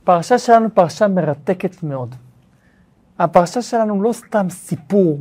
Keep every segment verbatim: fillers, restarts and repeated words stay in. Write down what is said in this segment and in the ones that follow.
הפרשה שלנו פרשה מרתקת מאוד. הפרשה שלנו לא סתם סיפור,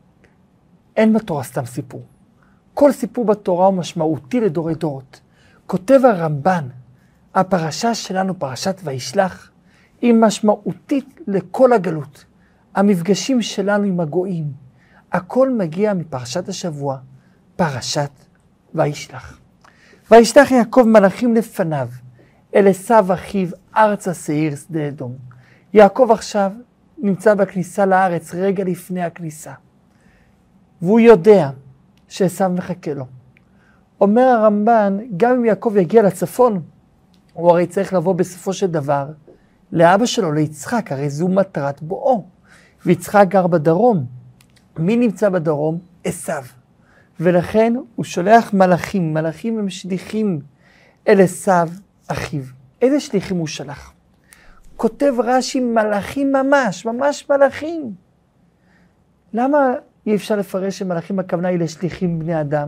אין בתורה סתם סיפור. כל סיפור בתורה הוא משמעותי לדורי דורות. כותב הרמב"ן, הפרשה שלנו, פרשת וישלח, היא משמעותית לכל הגלות. המפגשים שלנו עם הגויים, הכל מגיע מפרשת השבוע, פרשת וישלח. וישלח יעקב מלאכים לפניו, אל עשיו אחיו, ארצה שעיר שדה אדום. יעקב עכשיו נמצא בכניסה לארץ, רגע לפני הכניסה. והוא יודע שעשיו מחכה לו. אומר הרמב"ן, גם אם יעקב יגיע לצפון, הוא הרי צריך לבוא בסופו של דבר לאבא שלו, ליצחק, הרי זו מטרת בואו. ויצחק גר בדרום. מי נמצא בדרום? עשיו. ולכן הוא שולח מלאכים, מלאכים הם שליחים אל עשיו אחיו. איזה שליחים הוא שלח? כותב רש"י מלאכים ממש, ממש מלאכים. למה אי אפשר לפרש שמלאכים הכוונה היא לשליחים בני אדם?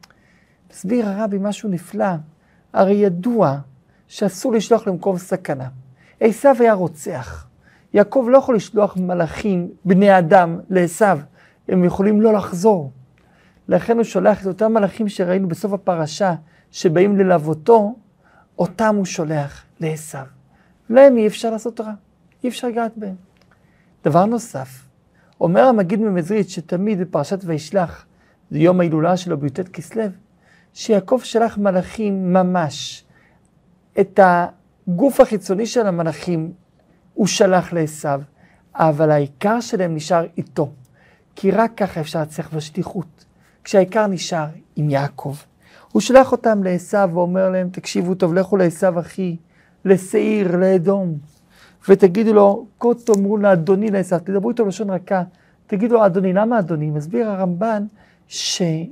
מסביר הרבי משהו נפלא. הרי ידוע שאסור לשלוח למקום סכנה. עשיו היה רוצח. יעקב לא יכול לשלוח מלאכים בני אדם לעשיו. הם יכולים לא לחזור. לכן הוא שולח את אותם מלאכים שראינו בסוף הפרשה, שבאים ללוותו, אותם הוא שולח לעשיו. להם אי אפשר לעשות רע, אי אפשר לגעת בהם. דבר נוסף, אומר המגיד ממזריץ' שתמיד בפרשת וישלח, זה יום ההילולה שלו בי"ט כסלו, שיעקב שלח מלאכים ממש. את הגוף החיצוני של המלאכים הוא שלח לעשיו, אבל העיקר שלהם נשאר איתו. כי רק ככה אפשר לצליח בשליחות, כשהעיקר נשאר עם יעקב. הוא שלח אותם לעשיו ואומר להם, תקשיבו טוב, לכו לעשיו אחי, לשעיר, לאדום, ותגידו לו, כה תאמרו לאדוני לעשיו, תדברו איתו לשון רכה, תגידו לו, אדוני, למה אדוני? מסביר הרמב"ן שיש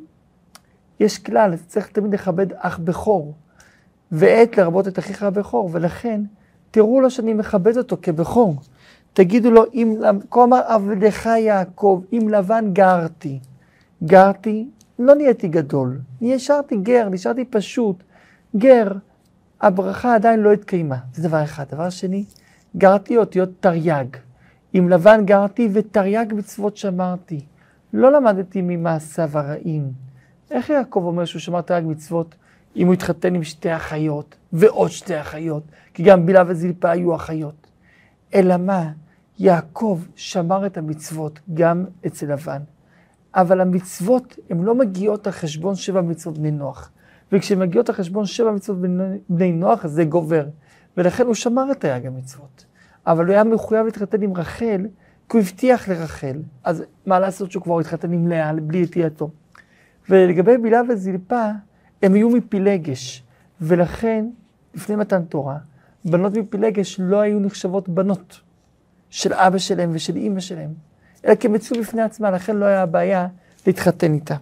כלל, צריך תמיד לכבד אח בכור, ועת לרבות את אחיך הבכור, ולכן תראו לו שאני מכבד אותו כבכור. תגידו לו, אם, כה אמר עבדך יעקב, אם לבן גרתי, גרתי, לא נהייתי גדול, נשארתי גר, נשארתי פשוט, גר, הברכה עדיין לא התקיימה, זה דבר אחד. דבר שני, גרתי אותיות תרי"ג, עם לבן גרתי ותרי"ג מצוות שמרתי, לא למדתי ממעשיו הרעים. איך יעקב אומר שהוא שמר תרי"ג מצוות, אם הוא התחתן עם שתי אחיות, ועוד שתי אחיות, כי גם בלהה וזלפה היו אחיות. אלא מה? יעקב שמר את המצוות גם אצל לבן. אבל המצוות הן לא מגיעות על חשבון שבע מצוות בני נוח. וכשמגיעות על חשבון שבע מצוות בני נוח, זה גובר. ולכן הוא שמר את תרי"ג המצוות. אבל הוא היה מחויב להתחתן עם רחל, כי הוא הבטיח לרחל. אז מה לעשות שהוא כבר התחתן עם לאה, בלי ידיעתו. ולגבי בלהה וזלפה, הם היו מפילגש. ולכן, לפני מתן תורה, בנות מפילגש לא היו נחשבות בנות של אבא שלהם ושל אמא שלהם. אלא כמצאו בפני עצמה, לכן לא היה הבעיה להתחתן איתה.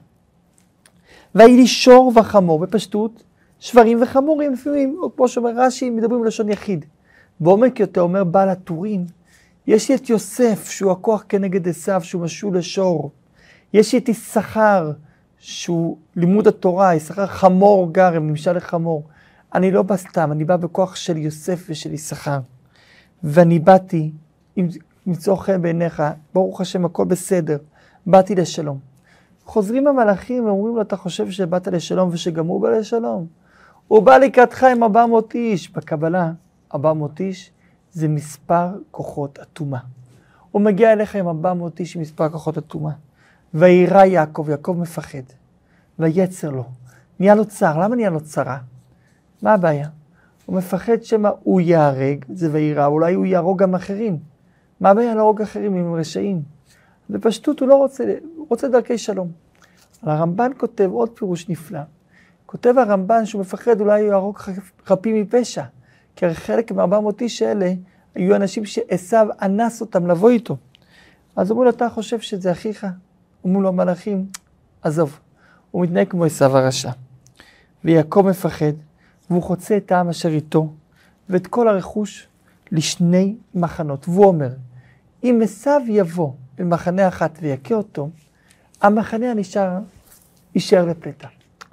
והיא לי שור וחמור, בפשטות, שברים וחמורים, לפעמים, או כמו שאומר רש"י, מדברים לשון יחיד. בעומק יותר אומר בעל הטורים, יש לי את יוסף, שהוא הכוח כנגד עשיו, שהוא משול לשור. יש לי את יששכר, שהוא לימוד התורה, יששכר חמור גרם, נמשל לחמור. אני לא בא סתם, אני בא בכוח של יוסף ושל יששכר. ואני באתי, עם מצוא חן בעיניך, ברוך השם, הכל בסדר, באתי לשלום. חוזרים המלאכים ואומרים לו, אתה חושב שבאת לשלום ושגם הוא בא לשלום? הוא בא לקראתך עם ארבע מאות איש. בקבלה, ארבע מאות איש זה מספר כוחות אטומה. הוא מגיע אליך עם ארבע מאות איש עם מספר כוחות אטומה. וירא יעקב, יעקב מפחד. ויצר לו. נהיה לו צר. למה נהיה לו צרה? מה הבעיה? הוא מפחד שמה הוא יהרג, זה וירא, אולי הוא יהרוג גם אחרים. מה הבעיה להרוג אחרים אם הם רשעים? בפשטות הוא לא רוצה, הוא רוצה דרכי שלום. הרמב"ן כותב עוד פירוש נפלא. כותב הרמב"ן שהוא מפחד אולי הוא יהרוג חפים מפשע. כי הרי חלק מ-ארבע מאות איש האלה היו אנשים שעשיו אנס אותם לבוא איתו. אז אומרים לו, אתה חושב שזה אחיך? אומרים לו המלאכים, עזוב. הוא מתנהג כמו עשיו הרשע. ויעקב מפחד, והוא חוצה את העם אשר איתו, ואת כל הרכוש לשני מחנות. והוא אומר, אם עשיו יבוא אל מחנה אחת ויכה אותו, המחנה הנשאר יישאר לפלטה.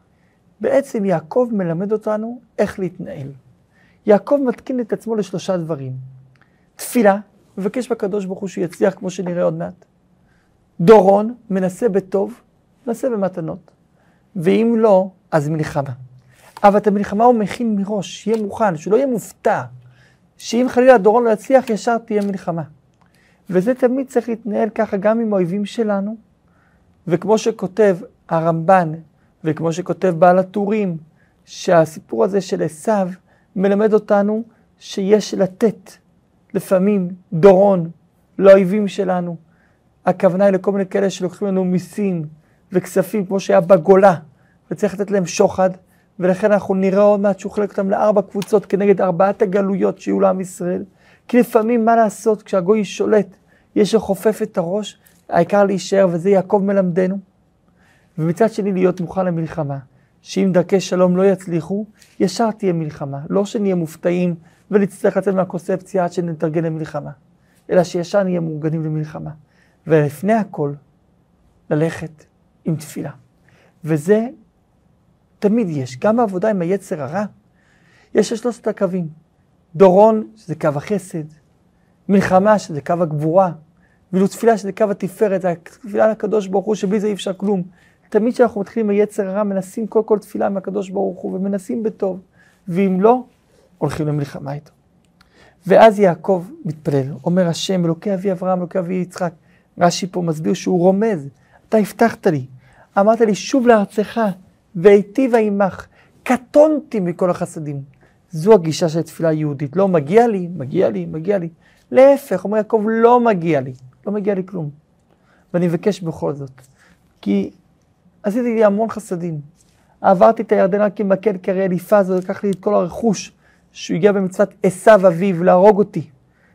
בעצם יעקב מלמד אותנו איך להתנהל. יעקב מתקין את עצמו לשלושה דברים. תפילה, מבקש בקדוש ברוך הוא שיצליח כמו שנראה עוד מעט. דורון מנסה בטוב, מנסה במתנות. ואם לא, אז מלחמה. אבל את המלחמה הוא מכין מראש, שיהיה מוכן, שלא יהיה מופתע. שאם חלילה דורון לא יצליח, ישר תהיה מלחמה. וזה תמיד צריך להתנהל ככה גם עם האויבים שלנו. וכמו שכותב הרמב"ן, וכמו שכותב בעל הטורים, שהסיפור הזה של עשיו מלמד אותנו שיש לתת לפעמים דורון לאויבים שלנו. הכוונה היא לכל מיני כאלה שלוקחים לנו מיסים וכספים כמו שהיה בגולה, וצריך לתת להם שוחד, ולכן אנחנו נראה עוד מעט שהוא חלק אותם לארבע קבוצות כנגד ארבעת הגלויות שיהיו לעם ישראל. כי לפעמים מה לעשות כשהגוי שולט, יש לחופף את הראש, העיקר להישאר, וזה יעקב מלמדנו. ומצד שני להיות מוכן למלחמה, שאם דרכי שלום לא יצליחו, ישר תהיה מלחמה. לא שנהיה מופתעים ונצטרך לצאת מהקונספציה עד שנתרגל למלחמה, אלא שישר נהיה מאורגנים למלחמה. ולפני הכל, ללכת עם תפילה. וזה תמיד יש, גם בעבודה עם היצר הרע, יש שלושת הקווים. דורון, שזה קו החסד, מלחמה, שזה קו הגבורה, ואילו תפילה, שזה קו התפארת, זה התפילה לקדוש ברוך הוא, שבלי זה אי אפשר כלום. תמיד כשאנחנו מתחילים עם היצר הרע, מנסים כל כל תפילה מהקדוש ברוך הוא, ומנסים בטוב, ואם לא, הולכים למלחמה איתו. ואז יעקב מתפלל, אומר השם, אלוקי אבי אברהם, אלוקי אבי יצחק. רש"י פה מסביר שהוא רומז, אתה הבטחת לי, אמרת לי שוב לארצך, והיטיבה עמך, קטונתי מכל החסדים. זו הגישה של תפילה יהודית, לא מגיע לי, מגיע לי, מגיע לי. להפך, אומר יעקב, לא מגיע לי, לא מגיע לי כלום. ואני מבקש בכל זאת, כי עשיתי לי המון חסדים. עברתי את הירדן רק עם מקל קרי אליפז, ולקח לי את כל הרכוש, שהוא הגיע במצוות עשיו אביו להרוג אותי.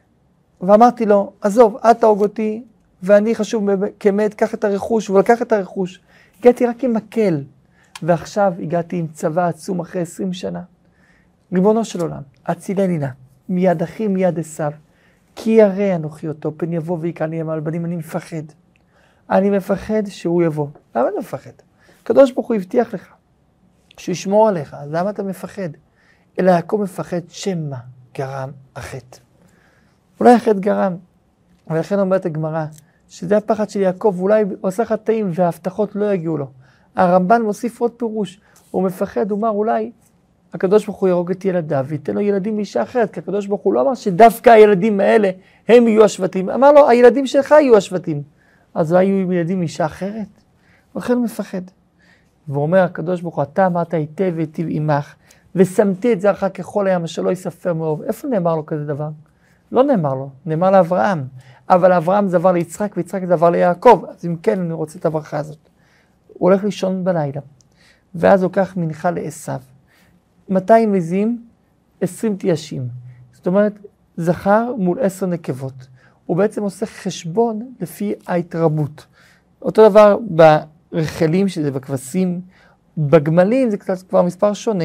ואמרתי לו, עזוב, אל תהרוג אותי, ואני חשוב כמת, קח את הרכוש, ולקח את הרכוש. הגעתי רק עם מקל, ועכשיו הגעתי עם צבא עצום אחרי עשרים שנה. ריבונו של עולם, הצילני נא, מיד אחי מיד עשיו, כי ירא אנוכי אותו, פן יבוא ויקרני ימה על בנים, אני מפחד. אני מפחד שהוא יבוא. למה אתה מפחד? הקדוש ברוך הוא הבטיח לך, שהוא ישמור עליך, אז למה אתה מפחד? אלא יעקב מפחד שמא גרם החטא. אולי החטא גרם, ולכן אומרת הגמרא, שזה הפחד של יעקב, אולי עושה חטאים וההבטחות לא יגיעו לו. הרמב"ן מוסיף עוד פירוש, הוא מפחד, הוא אומר אולי הקדוש ברוך הוא ירוג את ילדיו, וייתן לו ילדים מאישה אחרת, כי הקדוש ברוך הוא לא אמר שדווקא הילדים האלה הם יהיו השבטים, אמר לו הילדים שלך יהיו השבטים, אז אולי יהיו ילדים מאישה אחרת, ולכן הוא מפחד. והוא אומר הקדוש ברוך הוא, אתה אמרת היטב והיטיב עמך, ושמתי את זרעך ככל הים אשר לא יספר מאוב. איפה נאמר לו כזה דבר? לא נאמר לו, נאמר לאברהם. אבל אברהם זה עבר ליצחק, ויצחק זה עבר ליעקב. אז אם כן, אני רוצה את הברכה הזאת. הוא הולך לישון בלילה, ואז לוקח מנחה לעשיו. מאתיים מזים, עשרים תיישים. זאת אומרת, זכר מול עשר נקבות. הוא בעצם עושה חשבון לפי ההתרבות. אותו דבר ברחלים, שזה בכבשים, בגמלים זה קצת כבר מספר שונה.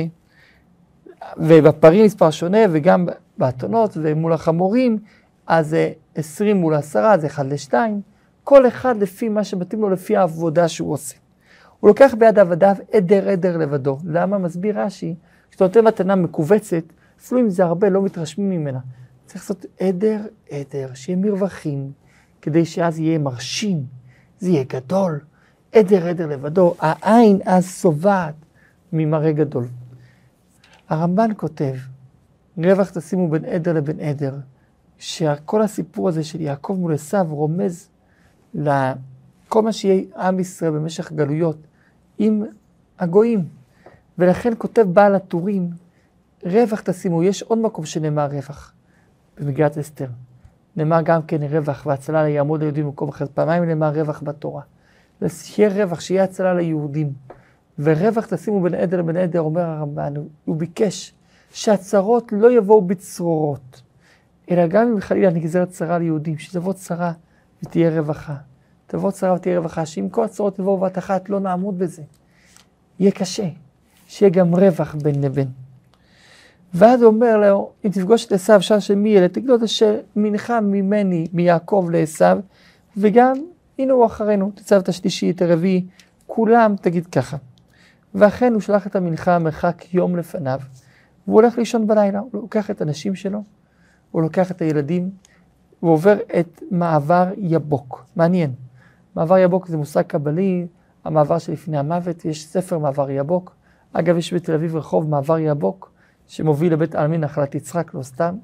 ובפרים מספר שונה, וגם באתונות ומול החמורים, אז זה עשרים מול עשרה, זה אחד לשתיים. כל אחד לפי מה שמתאים לו, לפי העבודה שהוא עושה. הוא לוקח ביד עבדיו עדר עדר לבדו. למה? מסביר רש"י, כשאתה נותן מתנה מקובצת, אפילו אם זה הרבה לא מתרשמים ממנה. צריך לעשות עדר עדר, שיהיה מרווחים, כדי שאז יהיה מרשים, זה יהיה גדול. עדר עדר לבדו, העין אז סובעת ממראה גדול. הרמב"ן כותב, רווח תשימו בין עדר לבין עדר, שכל הסיפור הזה של יעקב מול עשיו רומז לכל מה שיהיה עם ישראל במשך גלויות עם הגויים. ולכן כותב בעל הטורים, רווח תשימו, יש עוד מקום שנאמר רווח, במגילת אסתר. נאמר גם כן רווח והצלה ליעמוד ליהודים במקום אחר, פעמיים נאמר רווח בתורה. שיהיה רווח, שיהיה הצלה ליהודים. ורווח תשימו בין עדר לבין עדר, אומר הרמב"ן, הוא ביקש שהצרות לא יבואו בצרורות, אלא גם אם חלילה נגזרת צרה ליהודים, שתבוא צרה ותהיה רווחה. תבוא צרה ותהיה רווחה, שאם כל הצרות יבואו בת אחת, לא נעמוד בזה. יהיה קשה, שיהיה גם רווח בין לבין. ואז הוא אומר לו, אם תפגוש את עשיו, שער של מי ילד, תגיד לו שמנחה ממני, מיעקב לעשיו, וגם, הנה הוא אחרינו, תצב את השלישי, את הרביעי, כולם תגיד ככה. ואכן הוא שלח את המנחה מרחק יום לפניו, והוא הולך לישון בלילה, הוא לוקח את הנשים שלו, הוא לוקח את הילדים, הוא עובר את מעבר יבוק. מעניין. מעבר יבוק זה מושג קבלי, המעבר שלפני המוות, יש ספר מעבר יבוק. אגב, יש בתל אביב רחוב מעבר יבוק, שמוביל לבית העלמין נחלת יצחק, לא סתם.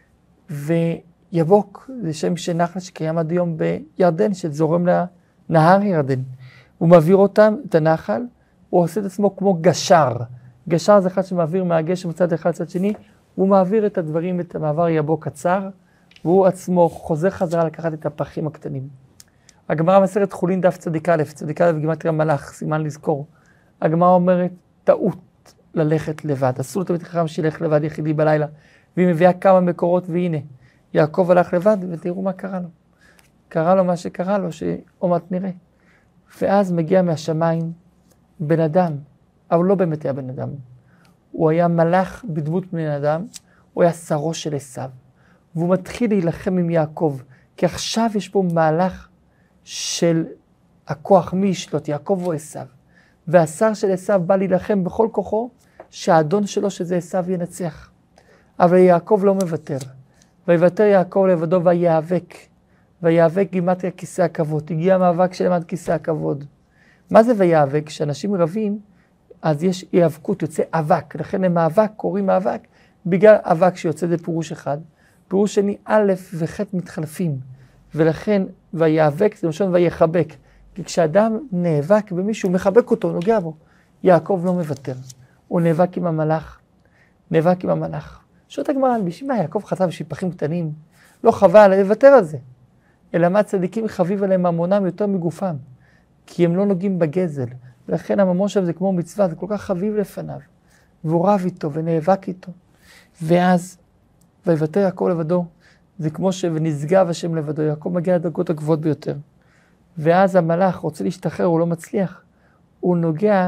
ויבוק זה שם של נחל שקיים עד היום בירדן, שזורם לנהר ירדן. הוא מעביר אותם, את הנחל, הוא עושה את עצמו כמו גשר. גשר זה אחד שמעביר מהגשם מצד אחד לצד שני, הוא מעביר את הדברים, את המעבר יבוק קצר, והוא עצמו חוזר חזרה לקחת את הפחים הקטנים. הגמרא מסרת חולין דף צדיק א', צדיק א' בגימטריה מלאך, סימן לזכור. הגמרא אומרת, טעות ללכת לבד. אסור לתמיד חכם שילך לבד יחידי בלילה. והיא מביאה כמה מקורות, והנה, יעקב הלך לבד, ותראו מה קרה לו. קרה לו מה שקרה לו, שעוד מעט נראה. ואז מגיע מהשמיים בן אדם, אבל לא באמת היה בן אדם. הוא היה מלאך בדמות בן אדם, הוא היה שרו של עשיו. והוא מתחיל להילחם עם יעקב, כי עכשיו יש פה מהלך של הכוח מי ישלוט, יעקב או עשיו. והשר של עשיו בא להילחם בכל כוחו, שהאדון שלו שזה עשיו ינצח. אבל יעקב לא מוותר. ויוותר יעקב לבדו ויאבק. ויאבק גימטריה כיסא הכבוד. הגיע המאבק שלהם עד כיסא הכבוד. מה זה ויאבק? כשאנשים רבים, אז יש היאבקות, יוצא אבק. לכן למאבק קוראים מאבק, בגלל אבק שיוצא זה פירוש אחד. פירוש שני, א' וח' מתחלפים. ולכן ויאבק זה משון ויחבק. כי כשאדם נאבק במישהו, מחבק אותו, נוגע בו. יעקב לא מוותר. הוא נאבק עם המלאך. נאבק עם המלאך. שואלת הגמרא, בשביל מה יעקב חטא בשפחים קטנים? לא חבל, לוותר על זה. אלא מה צדיקים חביב עליהם ממונם יותר מגופם. כי הם לא נוגעים בגזל. ולכן הממון שלהם זה כמו מצווה, זה כל כך חביב לפניו. והוא רב איתו ונאבק איתו. ואז, ויוותר יעקב לבדו, זה כמו שנשגב השם לבדו. יעקב מגיע לדרגות הגבוהות ביותר. ואז המלאך רוצה להשתחרר, הוא לא מצליח. הוא נוגע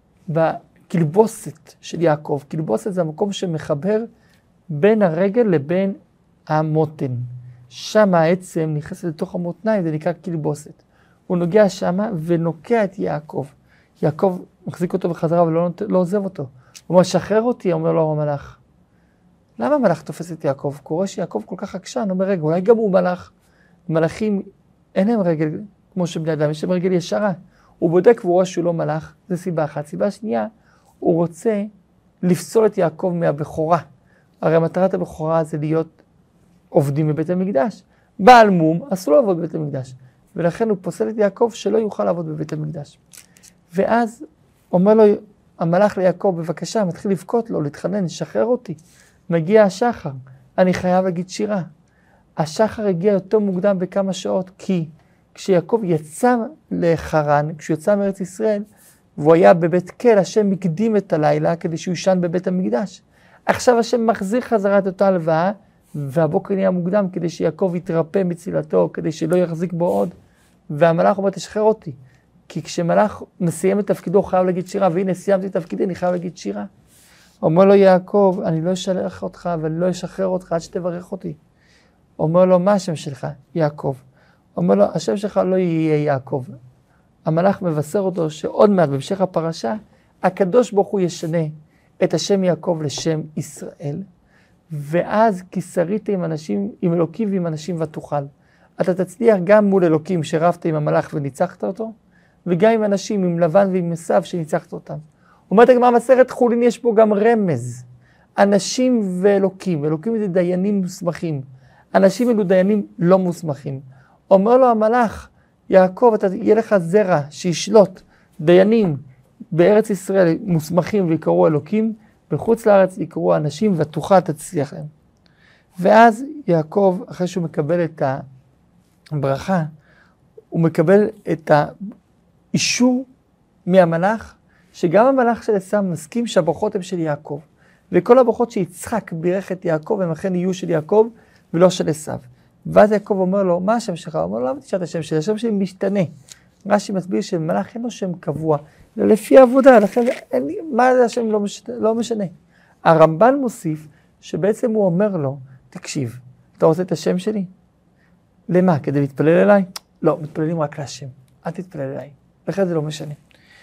בקלבוסת של יעקב. קלבוסת זה המקום שמחבר בין הרגל לבין המותן. שם העצם נכנס לתוך המותניים, זה נקרא קלבוסת. הוא נוגע שם ונוקע את יעקב. יעקב מחזיק אותו בחזרה ולא לא עוזב אותו. הוא אומר, שחרר אותי, אומר לו המלאך. למה המלאך תופס את יעקב? קורא שיעקב כל כך עקשן, אומר, רגע, אולי גם הוא מלאך. מלאכים, אין להם רגל כמו שבני אדם, יש להם רגל ישרה. הוא בודק והוא רואה שהוא לא מלאך, זה סיבה אחת. סיבה שנייה, הוא רוצה לפסול את יעקב מהבכורה. הרי מטרת הבכורה זה להיות עובדים בבית המקדש. בעל מום, אסור לעבוד בבית המקדש. ולכן הוא פוסל את יעקב שלא יוכל לעבוד בבית המקדש. ואז אומר לו המלאך ליעקב, בבקשה, מתחיל לבכות לו, להתחנן, שחרר אותי. מגיע השחר, אני חייב להגיד שירה. השחר הגיע יותר מוקדם בכמה שעות, כי כשיעקב יצא לחרן, כשהוא יצא מארץ ישראל, והוא היה בבית כל, השם הקדים את הלילה כדי שהוא ישן בבית המקדש. עכשיו השם מחזיר חזרה את אותה הלוואה, והבוקר נהיה מוקדם כדי שיעקב יתרפא מצילתו, כדי שלא יחזיק בו עוד. והמלאך אומר, תשחרר אותי. כי כשמלאך מסיים את תפקידו, הוא חייב להגיד שירה, והנה סיימתי את תפקידי, אני חייב להגיד שירה. אומר לו יעקב, אני לא אשלח אותך, ואני לא אשחרר אותך עד שתברך אותי. אומר לו, מה השם שלך? יעקב. אומר לו, השם שלך לא יהיה יעקב. המלאך מבשר אותו שעוד מעט, בהמשך הפרשה, הקדוש ברוך הוא ישנה את השם יעקב לשם ישראל, ואז כי שרית עם אנשים, עם אלוקים ועם אנשים ותוכל. אתה תצליח גם מול אלוקים שרבת עם המלאך וניצחת אותו, וגם עם אנשים, עם לבן ועם עשיו שניצחת אותם. אומרת הגמרא מסכת חולין, יש פה גם רמז. אנשים ואלוקים, אלוקים זה דיינים מוסמכים. אנשים אלו דיינים לא מוסמכים. אומר לו המלאך, יעקב, אתה, יהיה לך זרע שישלוט דיינים בארץ ישראל מוסמכים ויקראו אלוקים, בחוץ לארץ יקראו אנשים ותוכל תצליח להם. ואז יעקב, אחרי שהוא מקבל את הברכה, הוא מקבל את האישור מהמלאך, שגם המלאך של עשיו מסכים שהברכות הן של יעקב. וכל הברכות שיצחק בירך את יעקב, הם אכן יהיו של יעקב ולא של עשיו. ואז יעקב אומר לו, מה השם שלך? הוא אומר לו, למה תשאל את השם שלי? השם שלי משתנה. רש"י מסביר שמלאך אין לו שם קבוע, אלא לפי העבודה, לכן אין לי, מה זה השם לא משנה, לא משנה. הרמב"ן מוסיף שבעצם הוא אומר לו, תקשיב, אתה רוצה את השם שלי? למה? כדי להתפלל אליי? לא, מתפללים רק להשם. אל תתפלל אליי. לכן זה לא משנה.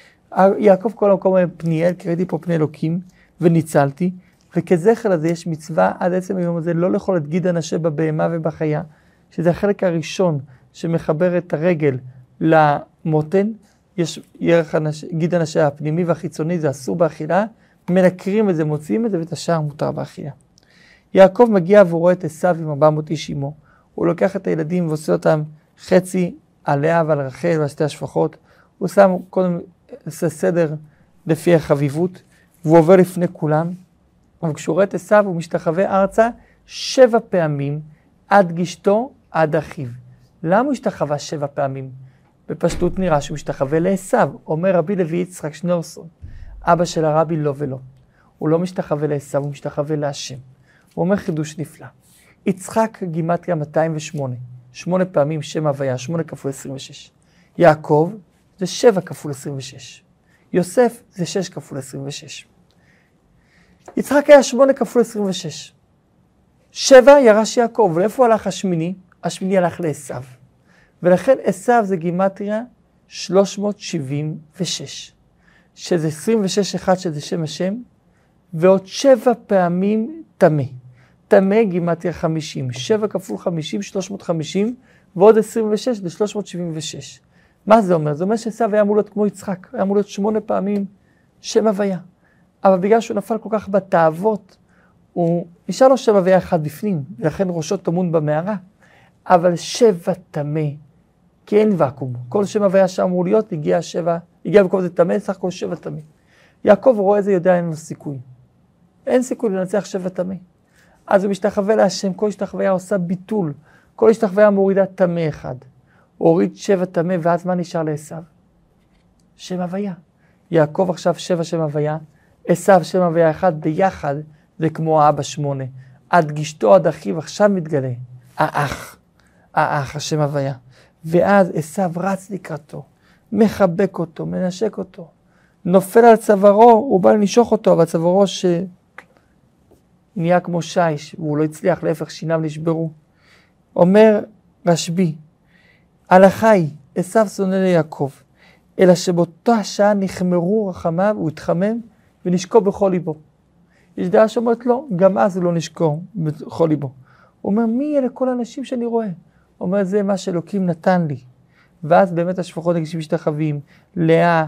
יעקב כל המקום היה פניאל, קראתי פה פני אלוקים, וניצלתי, וכזכר לזה יש מצווה עד עצם היום הזה, לא לאכול את גיד הנשה בבהמה ובחיה, שזה החלק הראשון שמחבר את הרגל למותן, יש ירך הנש... גיד הנשי הפנימי והחיצוני, זה אסור באכילה, מנקרים את זה, מוציאים את זה, ואת השאר מותר באכילה. יעקב מגיע והוא רואה את עשיו עם ארבע מאות איש עמו. הוא לוקח את הילדים ועושה אותם חצי על לאה ועל רחל ועל שתי השפחות. הוא שם קודם עושה סדר לפי החביבות, והוא עובר לפני כולם. אבל כשהוא רואה את עשיו הוא משתחווה ארצה שבע פעמים עד גישתו עד אחיו. למה הוא השתחווה שבע פעמים? בפשטות נראה שהוא משתחווה לעשיו. אומר רבי לוי יצחק שניאורסון, אבא של הרבי לא ולא. הוא לא משתחווה לעשיו, הוא משתחווה להשם. הוא אומר חידוש נפלא. יצחק גימטריה מאתיים ושמונה. שמונה פעמים שם הוויה, שמונה כפול עשרים ושש. יעקב זה שבע כפול עשרים ושש. יוסף זה שש כפול עשרים ושש. יצחק היה שמונה כפול עשרים ושש. שבע ירש יעקב, ולאיפה הלך השמיני? השמיני הלך לעשיו. ולכן עשיו זה גימטריה שלוש מאות שבעים ושש. שזה עשרים ושש אחד שזה שם השם, ועוד שבע פעמים תמה. תמה גימטריה חמישים. שבע כפול חמישים, שלוש מאות וחמישים, ועוד עשרים ושש זה שלוש מאות שבעים ושש. מה זה אומר? זה אומר שעשיו היה אמור להיות כמו יצחק, היה אמור להיות שמונה פעמים שם הוויה. אבל בגלל שהוא נפל כל כך בתאוות, הוא נשאר לו שם הוויה אחד בפנים, ולכן ראשו טמון במערה. אבל שבע תמה, כי אין ואקום. כל שם הוויה שאמור להיות, הגיע שבע, הגיע במקום זה תמה, סך הכל שבע תמה. יעקב רואה זה, יודע, אין לו סיכוי. אין סיכוי לנצח שבע תמה. אז הוא משתחווה להשם, כל השתחוויה עושה ביטול. כל השתחוויה מורידה תמה אחד. הוא הוריד שבע תמה, ואז מה נשאר לעשיו? שם הוויה. יעקב עכשיו שבע שם הוויה, עשיו שם הוויה אחד ביחד, זה כמו האבא שמונה. עד גישתו עד אחיו, עכשיו מתגלה. האח, האח, השם הוויה. ואז עשיו רץ לקראתו, מחבק אותו, מנשק אותו. נופל על צווארו, הוא בא לנשוך אותו, אבל צווארו שנהיה כמו שיש, והוא לא הצליח, להפך שיניו נשברו. אומר רשב"י, הלכה היא, עשיו שונא ליעקב, אלא שבאותה שעה נחמרו רחמיו, הוא התחמם ונשקו בכל ליבו. יש דעה שאומרת לו, גם אז הוא לא נשקו בכל ליבו. הוא אומר, מי אלה כל האנשים שאני רואה? הוא אומר, זה מה שאלוקים נתן לי. ואז באמת השפחות נגישים משתחווים, לאה,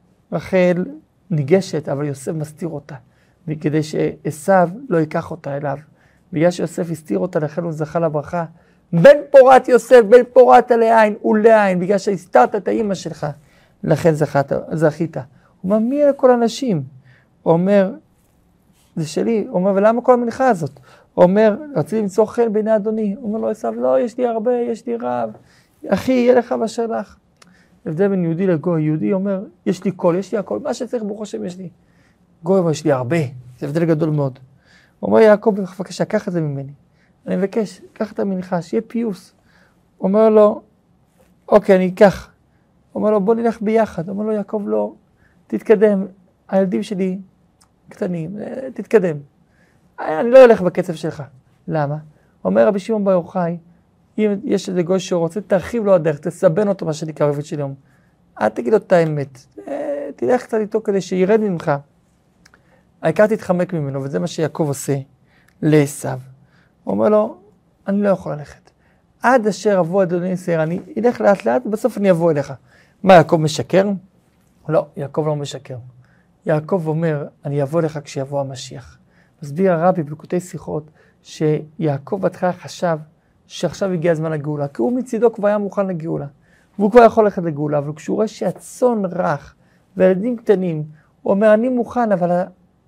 רחל ניגשת, אבל יוסף מסתיר אותה. וכדי שעשיו לא ייקח אותה אליו. בגלל שיוסף הסתיר אותה, לכן הוא זכה לברכה. בן פורת יוסף, בן פורת לעין ולעין, בגלל שהסתרת את האמא שלך. לכן זכית, זכית. הוא אומר, מי אלה כל האנשים? הוא אומר, זה שלי. הוא אומר, ולמה כל המנחה הזאת? הוא אומר, רציתי למצוא חן בעיני אדוני. הוא אומר לו, עשיו, לא, יש לי הרבה, יש לי רב. אחי, יהיה לך באשר לך. הבדל בין יהודי לגוי. יהודי אומר, יש לי קול, יש לי הכל. מה שצריך ברוך השם יש לי. גוי אומר, יש לי הרבה. זה הבדל גדול מאוד. הוא אומר, יעקב, בבקשה, קח את זה ממני. אני מבקש, קח את המנחה, שיהיה פיוס. הוא אומר לו, אוקיי, אני אקח. הוא אומר לו, בוא נלך ביחד. הוא אומר לו, יעקב, לא, תתקדם. הילדים שלי קטנים, תתקדם. אני לא אלך בקצב שלך. למה? אומר רבי שמעון בר יוחאי, אם יש איזה גוי שרוצה, תרחיב לו הדרך, תסבן אותו מה שנקרא רבית של יום. אל תגיד לו את האמת. תלך קצת איתו כדי שירד ממך. העיקר תתחמק ממנו, וזה מה שיעקב עושה לעשיו. הוא אומר לו, אני לא יכול ללכת. עד אשר אבוא אדוני ישראל, אני אלך לאט לאט, ובסוף אני אבוא אליך. מה, יעקב משקר? לא, יעקב לא משקר. יעקב אומר, אני אבוא אליך כשיבוא המשיח. מסביר הרבי בליקוטי שיחות, שיעקב בהתחלה חשב שעכשיו הגיע הזמן לגאולה, כי הוא מצידו כבר היה מוכן לגאולה, והוא כבר יכול ללכת לגאולה, אבל כשהוא רואה שהצאן רך, והילדים קטנים, הוא אומר, אני מוכן, אבל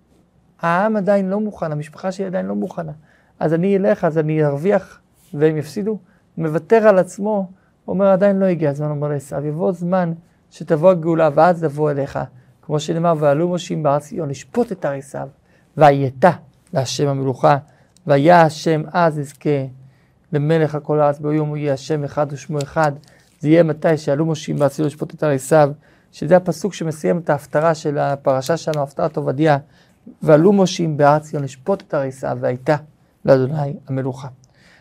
העם עדיין לא מוכן, המשפחה שלי עדיין לא מוכנה. אז אני אלך, אז אני ארוויח, והם יפסידו. הוא מוותר על עצמו, הוא אומר, עדיין לא הגיע הזמן, הוא אומר לעשיו, יבוא זמן שתבוא הגאולה, ואז תבוא אליך. כמו שנאמר, ועלו מושיעים בהר ציון, לשפוט את הר עשיו, והייתה להשם המלוכה, והיה השם אז יזכה למלך הכל הארץ, ביום הוא יהיה השם אחד ושמו אחד. זה יהיה מתי שעלו מושיעים בהר ציון לשפוט את הר עשיו, שזה הפסוק שמסיים את ההפטרה של הפרשה שלנו, הפטרת עובדיה, ועלו מושיעים בהר ציון לשפוט את הר עשיו, והייתה לאדוני המלוכה.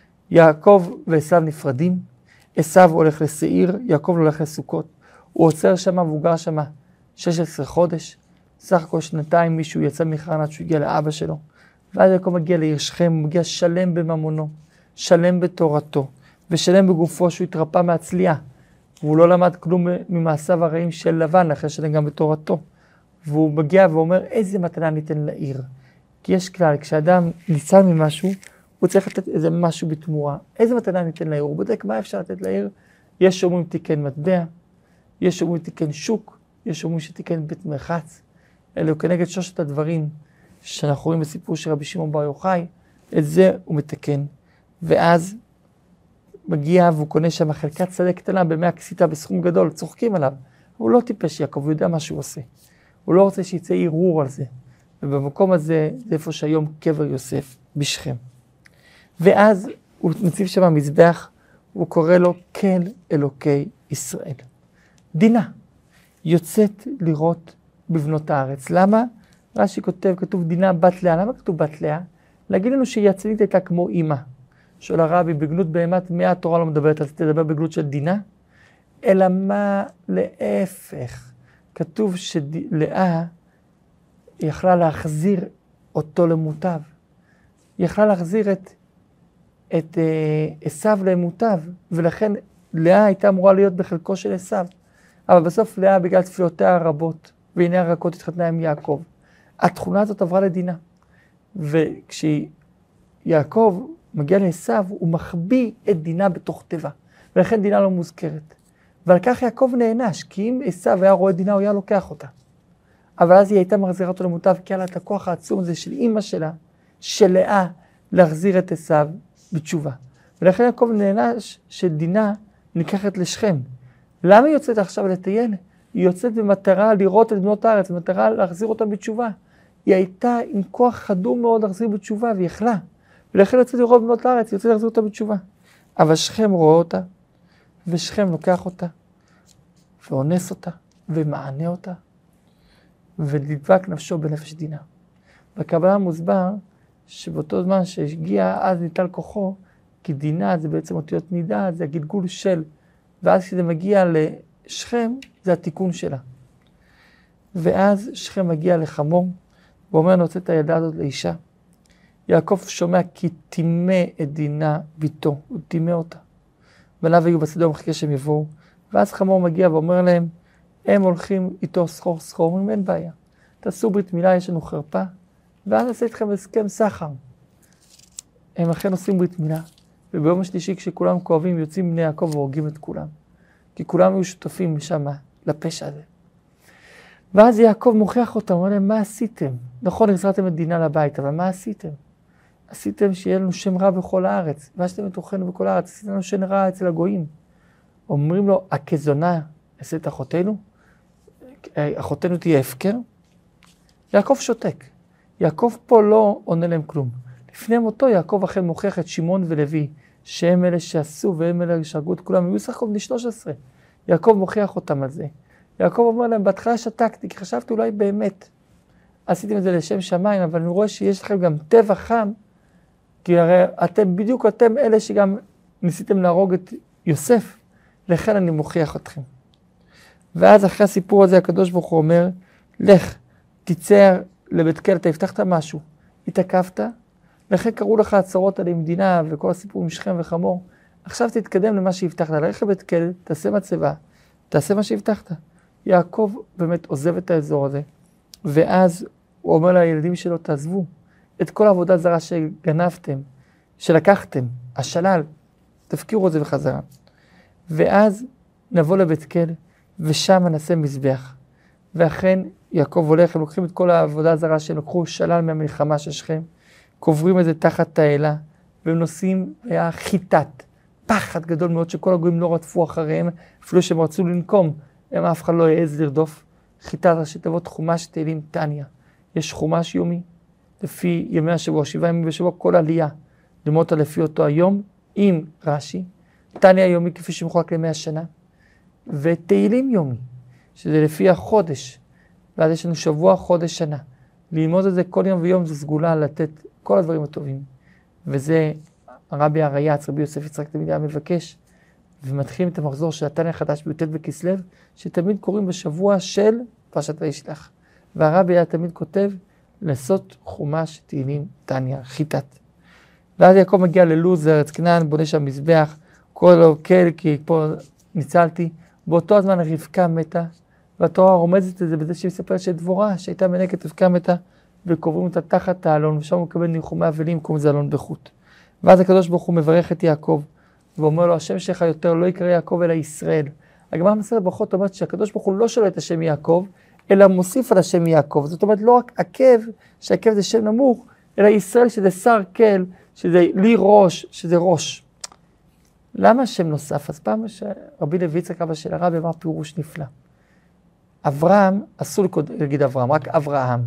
יעקב ועשיו נפרדים, עשיו הולך לשעיר, יעקב הולך לסוכות. הוא עוצר שמה והוא גר שמה שש עשרה חודש, סך הכל שנתיים מישהו יצא מחרן עד שהוא הגיע לאבא שלו. ואז יעקב מגיע לעיר שכם, הוא מגיע שלם בממונו, שלם בתורתו, ושלם בגופו שהוא התרפא מהצליעה, והוא לא למד כלום ממעשיו הרעים של לבן, אחרי שלם גם בתורתו. והוא מגיע ואומר, איזה מתנה ניתן לעיר? כי יש כלל, כשאדם ניצל ממשהו, הוא צריך לתת איזה משהו בתמורה. איזה מתנה ניתן לעיר? הוא בודק מה אפשר לתת לעיר. יש שאומרים תיקן מטבע, יש שאומרים תיקן שוק, יש שאומרים שתיקן בית מרחץ. אלו כנגד שלושת הדברים שאנחנו רואים בסיפור של רבי שמעון בר יוחאי, את זה הוא מתקן. ואז מגיע והוא קונה שם חלקת שדה קטנה במאה כסיתה בסכום גדול, צוחקים עליו. הוא לא טיפש יעקב, הוא יודע מה שהוא עושה. הוא לא רוצה שיצא ערעור על זה. ובמקום הזה, זה איפה שהיום קבר יוסף בשכם. ואז הוא מציב שם מזבח, הוא קורא לו כל אלוקי ישראל. דינה יוצאת לראות בבנות הארץ. למה? רש"י כותב, כתוב דינה בת לאה. למה כתוב בת לאה? להגיד לנו שהיא יצנית הייתה כמו אימא. שואל הרבי, בגנות בהמת מאה התורה לא מדברת, אז תדבר בגנות של דינה? אלא מה להפך? כתוב שלאה יכלה להחזיר אותו למוטב. היא יכלה להחזיר את, את עשיו למוטב, ולכן לאה הייתה אמורה להיות בחלקו של עשיו. אבל בסוף לאה בגלל תפילותיה הרבות, והנה הרכות התחתנה עם יעקב. התכונה הזאת עברה לדינה. וכשיעקב מגיע לעשיו, הוא מחביא את דינה בתוך טבע. ולכן דינה לא מוזכרת. ועל כך יעקב נענש, כי אם עשיו היה רואה דינה, הוא היה לוקח אותה. אבל אז היא הייתה מחזירה אותו למוטב, כי היה לה את הכוח העצום הזה של אמא שלה, של לאה, להחזיר את עשיו בתשובה. ולכן יעקב נענש שדינה ניקחת לשכם. למה היא יוצאת עכשיו לטייל? היא יוצאת במטרה לראות את בנות הארץ, במטרה להחזיר אותם בתשובה. היא הייתה עם כוח חדור מאוד להחזיר בתשובה, והיא יכלה. ולכן יוצאת לראות בנות הארץ, היא יוצאת להחזיר אותה בתשובה. אבל שכם רואה אותה, ושכם לוקח אותה, ואונס אותה, ומענה אותה, ונדבק נפשו בנפש דינה. בקבלה מוסבר שבאותו זמן שהגיע אז ניטל כוחו, כי דינה זה בעצם אותיות נידה, זה הגלגול של, ואז כשזה מגיע לשכם, זה התיקון שלה. ואז שכם מגיע לחמור, ואומר נוצא את הילדה הזאת לאישה. יעקב שומע כי טימא את דינה ביתו, הוא טימא אותה. בניו היו בשדה ומחכה שהם יבואו, ואז חמור מגיע ואומר להם, הם הולכים איתו סחור סחור, אומרים אין בעיה. תעשו ברית מילה, יש לנו חרפה, ואז נעשה איתכם הסכם סחר. הם אכן עושים ברית מילה, וביום השלישי כשכולם כואבים יוצאים בני יעקב והורגים את כולם. כי כולם היו שותפים שם לפשע הזה. ואז יעקב מוכיח אותם, אומר להם, מה עשיתם? נכון, החזרתם את דינה לבית, אבל מה עשיתם? עשיתם שיהיה לנו שם רע בכל הארץ, ועשיתם את אוכלנו בכל הארץ, עשיתם לנו שם רע אצל הגויים. אומרים לו, הכזונה, עשה את אחותינו? אחותינו תהיה הפקר? יעקב שותק. יעקב פה לא עונה להם כלום. לפני מותו יעקב אכן מוכיח את שמעון ולוי, שהם אלה שעשו והם אלה שהרגו את כולם, היו סך הכל בני שלוש עשרה. יעקב מוכיח אותם על זה. יעקב אומר להם, בהתחלה שתקתי, כי חשבתי אולי באמת עשיתם את זה לשם שמיים, אבל אני רואה שיש לכם גם טבע חם, כי הרי אתם, בדיוק אתם אלה שגם ניסיתם להרוג את יוסף, לכן אני מוכיח אתכם. ואז אחרי הסיפור הזה הקדוש ברוך הוא אומר, לך, תצא לבית כל, אתה הבטחת משהו, התעכבת, לכן קראו לך הצרות על המדינה וכל הסיפור עם שכם וחמור, עכשיו תתקדם למה שהבטחת, לך לבית כל, תעשה מצבה, תעשה מה שהבטחת. יעקב באמת עוזב את האזור הזה, ואז הוא אומר לילדים שלו, תעזבו את כל העבודה זרה שגנבתם, שלקחתם, השלל, תפקירו את זה בחזרה. ואז נבוא לבית כל, ושם נעשה מזבח. ואכן יעקב הולך, הם לוקחים את כל העבודה הזרה שהם לקחו שלל מהמלחמה של שכם, קוברים את זה תחת תאלה, והם נוסעים, היה חיטת, פחד גדול מאוד שכל הגויים לא רדפו אחריהם, אפילו שהם רצו לנקום, הם אף אחד לא העז לרדוף. חיטת ראשי תיבות חומש תהילים תניא. יש חומש יומי, לפי ימי השבוע, שבעה ימים בשבוע, כל עלייה. ללמוד אותה לפי אותו היום, עם רש"י, תניא יומי כפי שמחולק לימי השנה, ותהילים יומי, שזה לפי החודש, ואז יש לנו שבוע, חודש, שנה. ללמוד את זה כל יום ויום זה סגולה לתת כל הדברים הטובים. וזה הרבי הריי"צ, רבי יוסף יצחק תמיד היה מבקש, ומתחילים את המחזור של התניא החדש בי"ט בכסלו, שתמיד קוראים בשבוע של פרשת וישלח. והרבי היה תמיד כותב, לעשות חומש תהילים תניא, חיטת. ואז יעקב מגיע ללוז, ארץ כנען, בונה שם מזבח, קורא לו קל, כי פה ניצלתי. באותו הזמן רבקה מתה, והתורה רומזת את זה בזה שהיא מספרת שדבורה, שהייתה מנקת רבקה מתה, וקוברים אותה תחת האלון, ושם הוא מקבל ניחומי אבלים, קוראים לזה אלון בחוט. ואז הקדוש ברוך הוא מברך את יעקב, ואומר לו, השם שלך יותר לא יקרא יעקב אלא ישראל. הגמרא במסכת ברכות אומרת שהקדוש ברוך הוא לא שואל את השם יעקב, אלא מוסיף על השם יעקב. זאת אומרת, לא רק עקב, שעקב זה שם נמוך, אלא ישראל שזה שר כל, שזה לי ראש, שזה ראש. למה השם נוסף? אז פעם שרבי לוי יצחק אבא של הרבי אמר פירוש נפלא. אברהם, אסור להגיד אברהם, רק אברהם.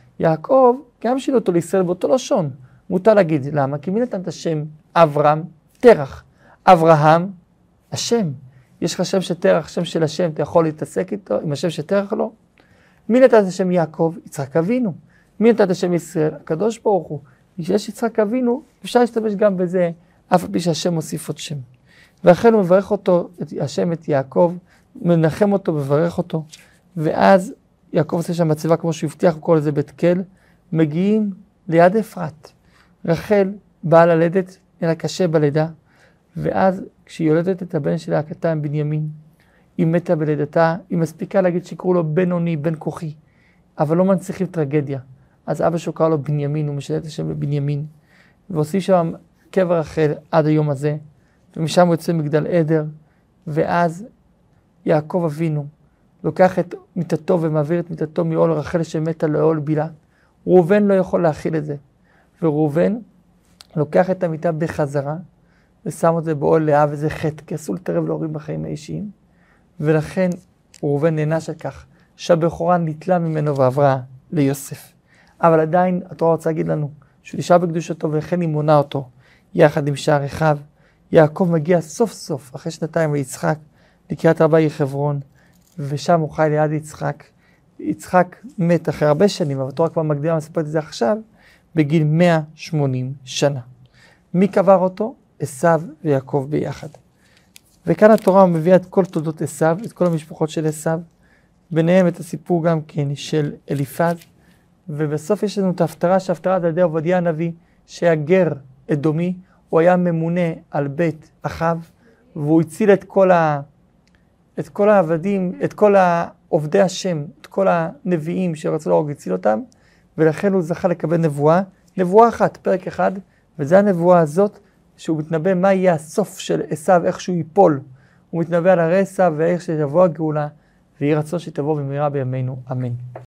יעקב, גם שינו אותו לישראל באותו לשון. מותר להגיד, למה? כי מי נתן את השם אברהם? תרח. אברהם, השם. יש לך שם של תרח, שם של השם, אתה יכול להתעסק איתו, עם השם של תרח לא? מי נתן את השם יעקב? יצחק אבינו. מי נתן את השם ישראל? הקדוש ברוך הוא. כשיש יצחק אבינו, אפשר להשתמש גם בזה, אף על פי שהשם מוסיף עוד שם. ואחרי הוא מברך אותו, את השם את יעקב, מנחם אותו, מברך אותו, ואז יעקב עושה שם מצבה כמו שהוא הבטיח, וכל זה בית כל, מגיעים ליד אפרת. רחל באה ללדת, אלא קשה בלידה, ואז כשהיא יולדת את הבן שלה הקטן בנימין, היא מתה בלידתה, היא מספיקה להגיד שיקראו לו בן עוני, בן כוחי, אבל לא מנציחים טרגדיה. אז אבא שלו קרא לו בנימין, הוא משנה את השם לבנימין, ועושים שם קבר רחל עד היום הזה, ומשם הוא יוצא מגדל עדר, ואז יעקב אבינו לוקח את מיטתו ומעביר את מיטתו מעול רחל שמתה לעול בילה. ראובן לא יכול להכיל את זה, וראובן לוקח את המיטה בחזרה, ושם את זה בעול לאה, וזה חטא, כי אסור להתערב להורים בחיים האישיים, ולכן ראובן נענש על כך, שהבכורה נתלה ממנו ועברה ליוסף. אבל עדיין התורה רוצה להגיד לנו, שהוא נשאר בקדושתו וכן היא מונה אותו, יחד עם שאר אחיו. יעקב מגיע סוף סוף, אחרי שנתיים ליצחק, לקריית ארבע עיר חברון, ושם הוא חי ליד יצחק. יצחק מת אחרי הרבה שנים, אבל התורה כבר מקדימה מספרת את זה עכשיו, בגיל מאה ושמונים שנה. מי קבר אותו? עשיו ויעקב ביחד. וכאן התורה מביאה את כל תולדות עשיו, את כל המשפחות של עשיו, ביניהם את הסיפור גם כן של אליפז, ובסוף יש לנו את ההפטרה, שההפטרה על ידי עובדיה הנביא, שהיה גר אדומי, הוא היה ממונה על בית אחיו, והוא הציל את כל, ה... את כל העבדים, את כל עובדי השם, את כל הנביאים שרצו להרוג, הציל אותם, ולכן הוא זכה לקבל נבואה, נבואה אחת, פרק אחד, וזו הנבואה הזאת, שהוא מתנבא מה יהיה הסוף של עשיו, איך שהוא ייפול. הוא מתנבא על הרי עשיו ואיך שתבוא הגאולה, ויהי רצון שתבוא במהרה בימינו, אמן.